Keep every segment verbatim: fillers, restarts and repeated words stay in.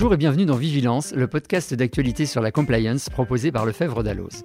Bonjour et bienvenue dans Vigilance, le podcast d'actualité sur la compliance proposé par Lefebvre Dalloz.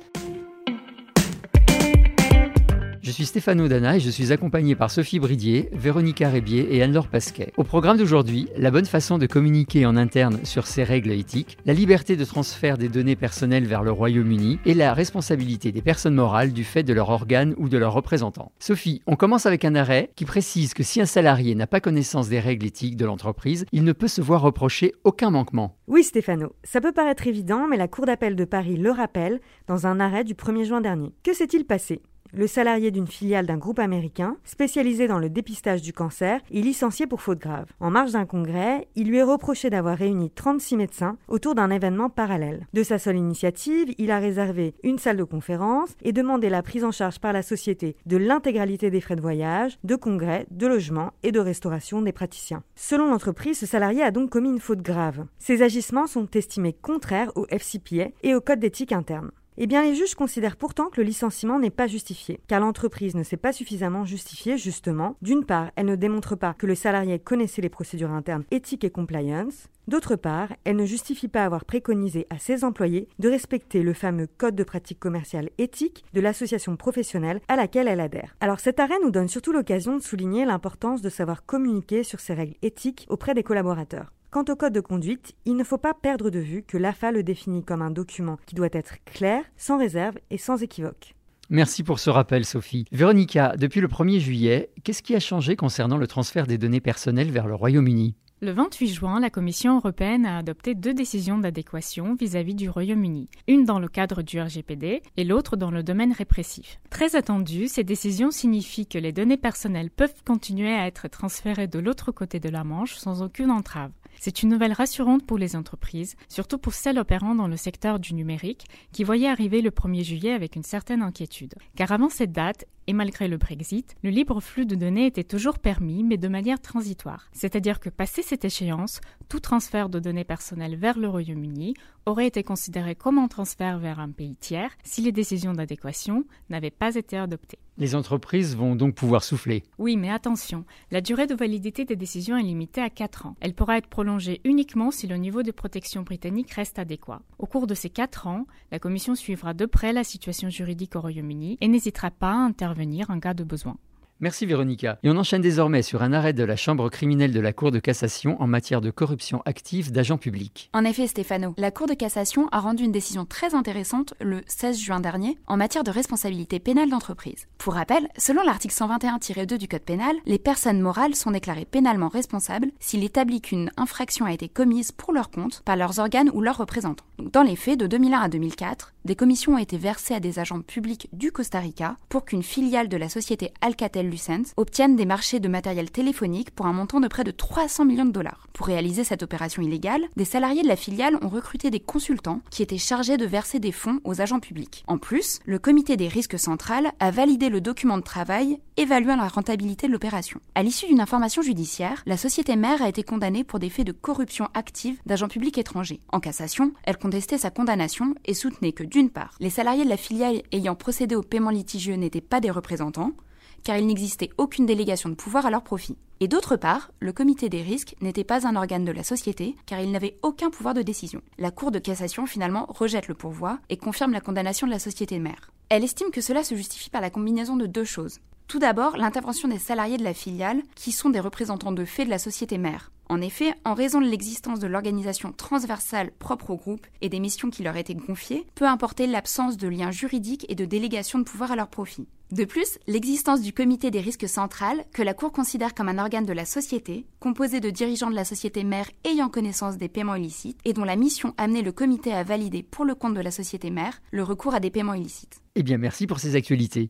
Je suis Stéphano Dana et je suis accompagné par Sophie Bridier, Véronica Rébier et Anne-Laure Pasquet. Au programme d'aujourd'hui, la bonne façon de communiquer en interne sur ces règles éthiques, la liberté de transfert des données personnelles vers le Royaume-Uni et la responsabilité des personnes morales du fait de leur organe ou de leurs représentants. Sophie, on commence avec un arrêt qui précise que si un salarié n'a pas connaissance des règles éthiques de l'entreprise, il ne peut se voir reprocher aucun manquement. Oui Stéphano, ça peut paraître évident, mais la Cour d'appel de Paris le rappelle dans un arrêt du premier juin dernier. Que s'est-il passé ? Le salarié d'une filiale d'un groupe américain, spécialisé dans le dépistage du cancer, est licencié pour faute grave. En marge d'un congrès, il lui est reproché d'avoir réuni trente-six médecins autour d'un événement parallèle. De sa seule initiative, il a réservé une salle de conférence et demandé la prise en charge par la société de l'intégralité des frais de voyage, de congrès, de logement et de restauration des praticiens. Selon l'entreprise, ce salarié a donc commis une faute grave. Ses agissements sont estimés contraires au F C P A et au code d'éthique interne. Eh bien, les juges considèrent pourtant que le licenciement n'est pas justifié, car l'entreprise ne s'est pas suffisamment justifiée, justement. D'une part, elle ne démontre pas que le salarié connaissait les procédures internes éthiques et compliance. D'autre part, elle ne justifie pas avoir préconisé à ses employés de respecter le fameux code de pratique commerciale éthique de l'association professionnelle à laquelle elle adhère. Alors cet arrêt nous donne surtout l'occasion de souligner l'importance de savoir communiquer sur ces règles éthiques auprès des collaborateurs. Quant au code de conduite, il ne faut pas perdre de vue que l'A F A le définit comme un document qui doit être clair, sans réserve et sans équivoque. Merci pour ce rappel, Sophie. Véronica, depuis le premier juillet, qu'est-ce qui a changé concernant le transfert des données personnelles vers le Royaume-Uni ? Le vingt-huit juin, la Commission européenne a adopté deux décisions d'adéquation vis-à-vis du Royaume-Uni, une dans le cadre du R G P D et l'autre dans le domaine répressif. Très attendues, ces décisions signifient que les données personnelles peuvent continuer à être transférées de l'autre côté de la Manche sans aucune entrave. C'est une nouvelle rassurante pour les entreprises, surtout pour celles opérant dans le secteur du numérique, qui voyaient arriver le premier juillet avec une certaine inquiétude. Car avant cette date, et malgré le Brexit, le libre flux de données était toujours permis, mais de manière transitoire. C'est-à-dire que passé cette échéance, tout transfert de données personnelles vers le Royaume-Uni aurait été considéré comme un transfert vers un pays tiers si les décisions d'adéquation n'avaient pas été adoptées. Les entreprises vont donc pouvoir souffler. Oui, mais attention, la durée de validité des décisions est limitée à quatre ans. Elle pourra être prolongée uniquement si le niveau de protection britannique reste adéquat. Au cours de ces quatre ans, la Commission suivra de près la situation juridique au Royaume-Uni et n'hésitera pas à intervenir en cas de besoin. Merci Véronica. Et on enchaîne désormais sur un arrêt de la Chambre criminelle de la Cour de cassation en matière de corruption active d'agents publics. En effet, Stéphano, la Cour de cassation a rendu une décision très intéressante le seize juin dernier en matière de responsabilité pénale d'entreprise. Pour rappel, selon l'article cent vingt et un tiret deux du Code pénal, les personnes morales sont déclarées pénalement responsables s'il établit qu'une infraction a été commise pour leur compte par leurs organes ou leurs représentants. Donc, dans les faits, de deux mille un à deux mille quatre, des commissions ont été versées à des agents publics du Costa Rica pour qu'une filiale de la société Alcatel-Lucent obtienne des marchés de matériel téléphonique pour un montant de près de trois cents millions de dollars. Pour réaliser cette opération illégale, des salariés de la filiale ont recruté des consultants qui étaient chargés de verser des fonds aux agents publics. En plus, le comité des risques central a validé le document de travail évaluant la rentabilité de l'opération. À l'issue d'une information judiciaire, la société mère a été condamnée pour des faits de corruption active d'agents publics étrangers. En cassation, elle contestait sa condamnation et soutenait que d'une part, les salariés de la filiale ayant procédé au paiement litigieux n'étaient pas des représentants, car il n'existait aucune délégation de pouvoir à leur profit. Et d'autre part, le comité des risques n'était pas un organe de la société, car il n'avait aucun pouvoir de décision. La Cour de cassation, finalement, rejette le pourvoi et confirme la condamnation de la société mère. Elle estime que cela se justifie par la combinaison de deux choses. Tout d'abord, l'intervention des salariés de la filiale, qui sont des représentants de fait de la société mère. En effet, en raison de l'existence de l'organisation transversale propre au groupe et des missions qui leur étaient confiées, peut importer l'absence de liens juridiques et de délégation de pouvoir à leur profit. De plus, l'existence du comité des risques central, que la Cour considère comme un organe de la société, composé de dirigeants de la société mère ayant connaissance des paiements illicites et dont la mission amenait le comité à valider pour le compte de la société mère le recours à des paiements illicites. Eh bien, merci pour ces actualités.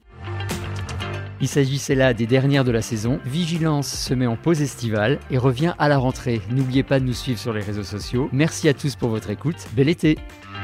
Il s'agissait là des dernières de la saison. Vigilance se met en pause estivale et revient à la rentrée. N'oubliez pas de nous suivre sur les réseaux sociaux. Merci à tous pour votre écoute. Bel été!